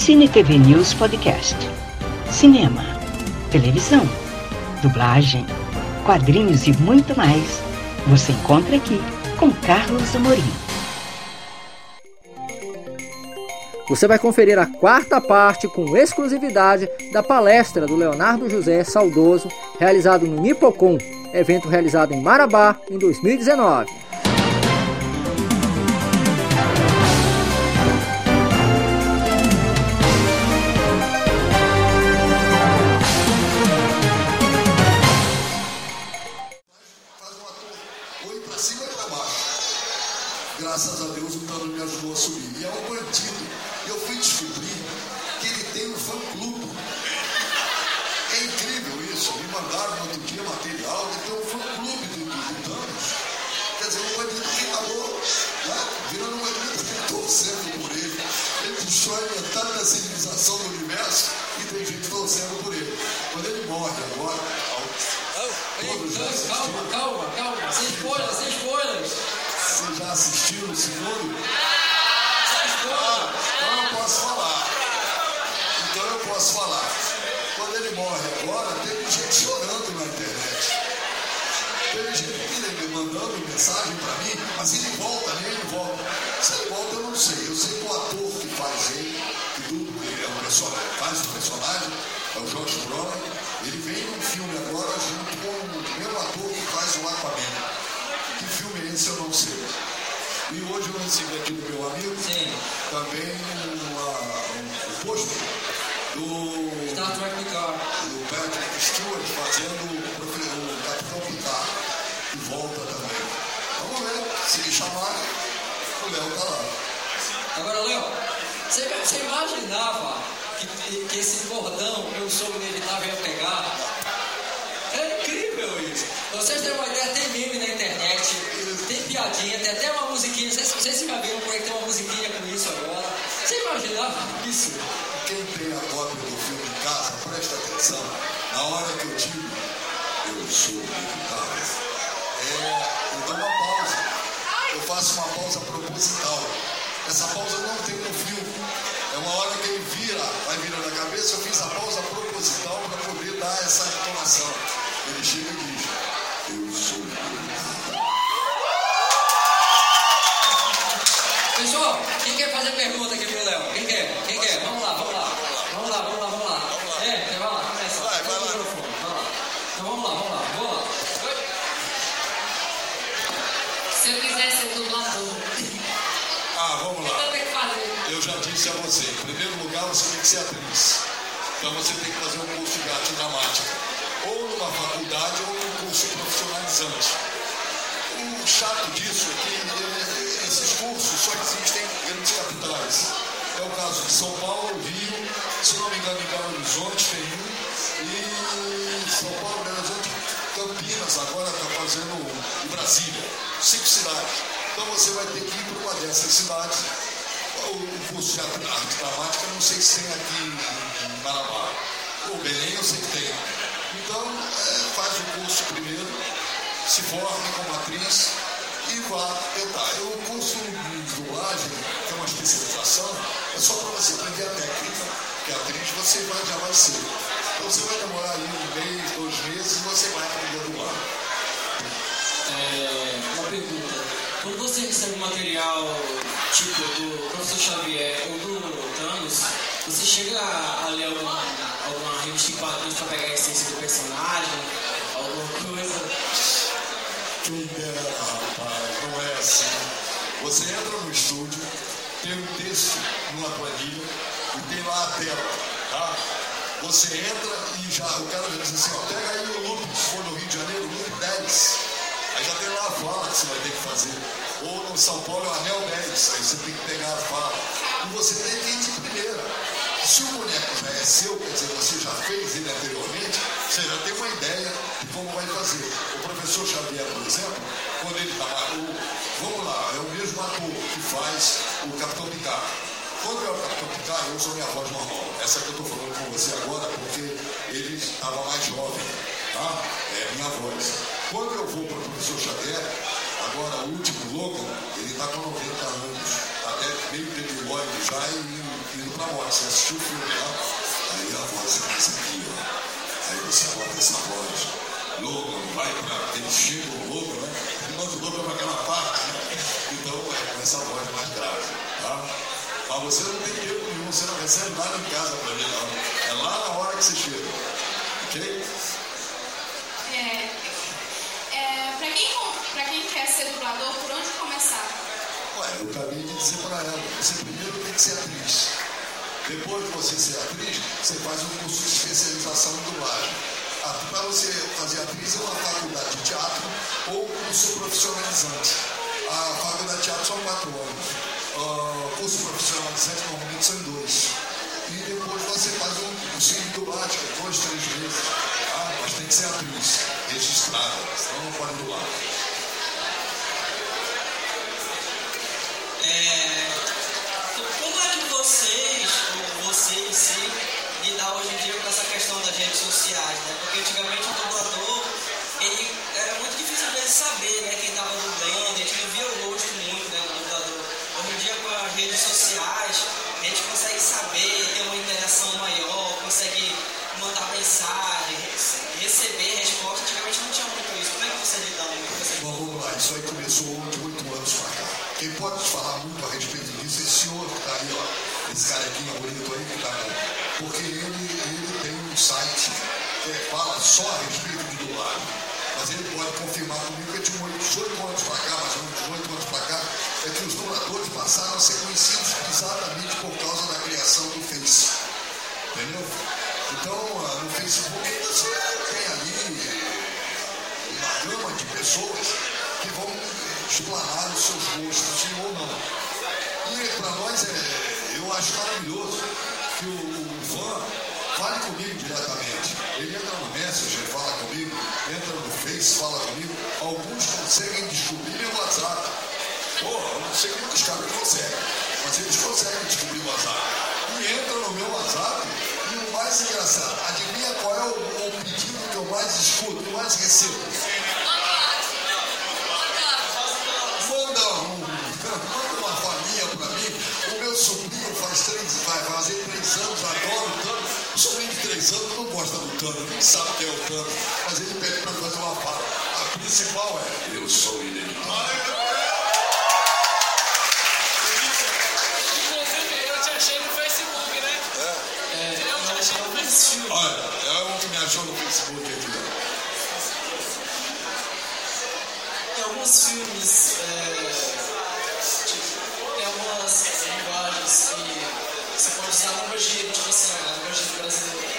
Cine TV News Podcast. Cinema, televisão, dublagem, quadrinhos e muito mais. Você encontra aqui com Carlos Amorim. Você vai conferir a quarta parte com exclusividade da palestra do Leonardo José Saudoso, realizado no Nipocon, evento realizado em Marabá em 2019. Graças a Deus o Tano me ajudou a subir. E é um bandido. E eu fui descobrir que ele tem um fã-clube. É incrível isso. Me mandaram no outro dia material. Ele tem um fã-clube do Thanos. Quer dizer, um bandido que acabou, né, virando um bandido torcendo por ele. Ele puxou a metade da civilização do universo e tem gente torcendo por ele. Quando ele morre agora, todos já assistiram. Calma. Sem spoilers. Vocês já assistiram o segundo? Então eu posso falar. Quando ele morre agora, teve gente chorando na internet. Teve gente me mandando mensagem pra mim, mas ele volta, nem ele volta. Se ele volta, eu não sei. Eu sei que o ator que faz ele, ele é um personagem, faz o personagem, é o Josh Brolin. Ele vem num filme agora junto com o mesmo ator que faz o Aquaman. Que filme é esse eu não sei. E hoje eu recebi aqui do meu amigo também o posto do Star Trek Picard. Do Patrick Stewart fazendo o Capitão Picard. Que volta também. Vamos ver, se me chamar, o Léo tá lá. Agora, Léo, você imaginava que esse bordão, eu sou inevitável, ia pegar? É incrível isso. Vocês têm uma ideia, tem meme na internet, tem piadinha, tem até uma musiquinha. Vocês já viram por aí que tem uma musiquinha com isso agora? Você imaginava isso? Quem tem a cópia do filme em casa, presta atenção. Na hora que eu digo, eu sou inevitável, eu dou uma pausa. Eu faço uma pausa proposital. Essa pausa não tem no filme. É uma hora que ele vai virando a cabeça, eu fiz a pausa proposital para poder dar essa entonação. Ele chega e diz, eu sou inevitável. Pessoal, quem quer fazer pergunta aqui pro Léo? Quem quer? Vamos lá. Vai lá, começa. Vai lá. Vai lá. Então vamos lá. Se eu quiser ser dublador. Vamos lá. Eu já disse a você, em primeiro lugar você tem que ser atriz. Então você tem que fazer um curso de arte dramática. Ou numa faculdade ou num curso profissionalizante. O chato disso é que esses cursos só existem em grandes capitais. É o caso de São Paulo, Rio, se não me engano, em Belo Horizonte tem um. E São Paulo, Belo Horizonte, Campinas agora está fazendo em Brasília. 5 cidades. Então você vai ter que ir para uma dessas cidades. O curso de arte dramática, não sei se tem aqui em Marabá. O Belém eu sei que tem. Então, faz o curso primeiro, se forme como atriz e vá tentar. O curso de dublagem, que é uma especialização, é só para você aprender a técnica. Porque atriz você já vai ser. Então você vai demorar aí 1 mês, 2 meses e você vai aprender a dublar. Uma pergunta. Quando você recebe um material tipo do Professor Xavier ou do Thanos, você chega a ler alguma revista em quadrinhos para pegar a essência do personagem? Alguma coisa? Quem dera, rapaz, não é assim. Você entra no estúdio, tem um texto numa planilha e tem lá a tela, tá? Você entra e o cara já diz assim, pega aí o loop, se for no Rio de Janeiro, loop 10. Aí já tem lá a fala que você vai ter que fazer. Ou no São Paulo é o anel 10, aí você tem que pegar a fala. E você tem que ir de primeira. Se o boneco já é seu, quer dizer, você já fez ele anteriormente, você já tem uma ideia de como vai fazer. O professor Xavier, por exemplo, quando ele estava... Vamos lá, é o mesmo ator que faz o Capitão Picard. Quando é o Capitão Picard, eu uso a minha voz normal. Essa que eu estou falando com você agora, porque ele estava mais jovem, tá? É minha voz. Quando eu vou para o professor Xavier, agora o último Logan, ele está com 90 anos, até meio debilóide já e indo pra morte. Você assistiu o filme lá? Aí a voz começa aqui, ó. Aí você bota essa voz. Logan, vai pra... Ele chega o Logan, né? Ele manda o Logan pra aquela parte, né? Então é com essa voz mais grave, tá? Mas você não tem tempo nenhum, você não recebe nada em casa pra mim, não. É lá na hora que você chega, ok? Pra quem quer ser dublador, por onde começar? Ué, eu acabei de dizer pra ela, você primeiro tem que ser atriz. Depois de você ser atriz, você faz um curso de especialização em dublagem. Para você fazer atriz é uma faculdade de teatro ou um curso profissionalizante. A faculdade de teatro são 4 anos. O curso profissionalizante normalmente são 2. E depois você faz um curso de dublagem, 2, 3 meses. Mas tem que ser atriz, registrada, senão não pode dublar. Como é que vocês, ou você em si, lidar hoje em dia com essa questão das redes sociais, né? Porque antigamente o dublador, ele era muito difícil às vezes saber, né, quem estava dublando, a gente não via o rosto muito, né, do dublador. Hoje em dia com as redes sociais, a gente consegue saber, ter uma interação maior, consegue mandar mensagem, receber resposta. Antigamente não tinha muito isso. Como é que você lida com isso? Bom, vamos lá, isso aí começou de 8 anos pra cá. Quem pode falar muito a respeito disso é esse senhor que está aí, ó. Esse carequinha bonito aí que está aí. Porque ele tem um site que fala só a respeito de dublagem. Mas ele pode confirmar comigo que de 18 anos para cá, mais ou menos 18 anos para cá, é que os dubladores passaram a ser conhecidos exatamente por causa da criação do Face. Entendeu? Então, no Facebook você tem ali uma gama de pessoas que vão explanar os seus gostos, sim ou não. E para nós, eu acho maravilhoso que o fã fale comigo diretamente. Ele entra no Messenger, fala comigo, entra no Face, fala comigo. Alguns conseguem descobrir meu WhatsApp. Pô, eu não sei como que os caras conseguem, mas eles conseguem descobrir o WhatsApp. E entra no meu WhatsApp, e o mais engraçado, adivinha qual é o pedido que eu mais escuto, que eu mais recebo? Manda uma falinha pra mim. O meu sobrinho vai fazer 3 anos, adora o Tano. O sobrinho de 3 anos não gosta do Tano, nem sabe quem é o Tano, mas ele pede pra fazer uma fala. A principal é: eu sou ele. Eu te achei no Facebook, né? Eu te achei no Facebook. Olha, é um que me achou no Facebook aqui. Tem alguns filmes, tem algumas linguagens que você pode usar a língua gíria, tipo assim, a língua gíria brasileira.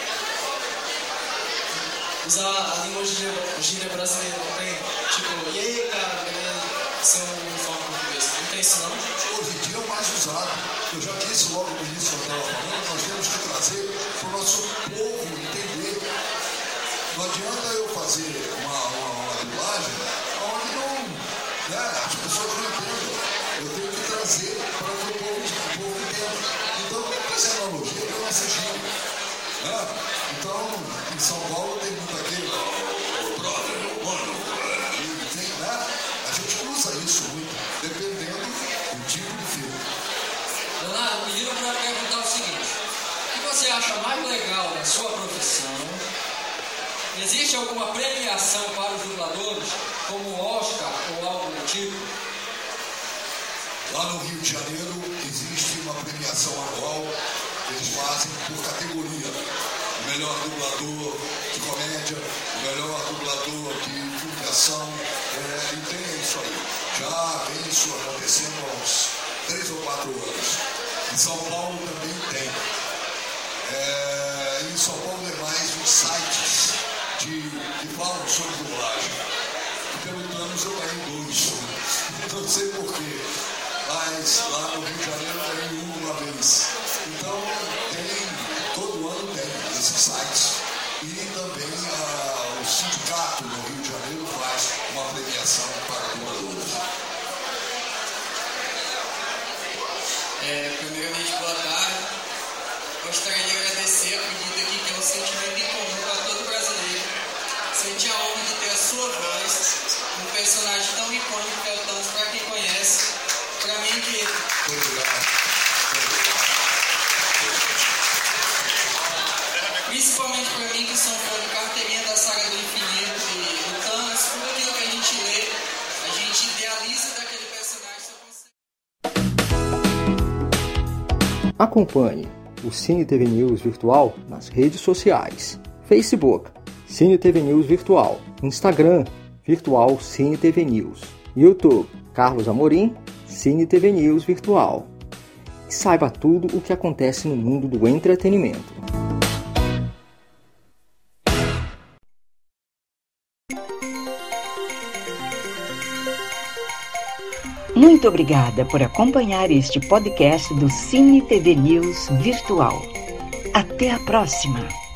Usar a língua gíria brasileira, não tem? Tipo, e aí, cara, beleza? Seu uniforme português. Não tem isso, não? Hoje em dia é o mais usado. Eu já disse logo no início que eu estava falando, nós temos que trazer para o nosso povo entender. Não adianta eu fazer uma dublagem onde não, né, as pessoas não entendem. Eu tenho que trazer para que o povo entenda. Então, essa analogia é uma gíria. Né? Então, em São Paulo tem muito aquele, o brother, o mano, tem, né? A gente usa isso muito, dependendo do tipo de filme. Leonardo, me pediram para perguntar o seguinte: o que você acha mais legal da sua profissão? Existe alguma premiação para os dubladores, como Oscar ou algo do tipo? Lá no Rio de Janeiro existe uma premiação anual que eles fazem por categoria. O melhor dublador de comédia, o melhor dublador de divulgação, e tem isso aí. Já vem isso acontecendo há uns 3 ou 4 anos. Em São Paulo também tem. Em São Paulo é mais os sites que falam sobre dublagem. E pelo menos eu ganhei 2. Não sei porquê. Mas lá no Rio de Janeiro eu ganhei uma vez. Então todo ano tem esses sites. E também o sindicato no Rio de Janeiro faz uma premiação para dubladores. Primeiramente, boa tarde. Gostaria de agradecer a pedida aqui, que é um sentimento em comum para todo brasileiro. Sente a honra de ter a sua voz, um personagem tão icônico que é o Thanos, para quem conhece. Para mim, que... Muito obrigado. Acompanhe o Cine TV News Virtual nas redes sociais: Facebook, Cine TV News Virtual, Instagram, Virtual Cine TV News, YouTube, Carlos Amorim, Cine TV News Virtual. E saiba tudo o que acontece no mundo do entretenimento. Muito obrigada por acompanhar este podcast do Cine TV News Virtual. Até a próxima!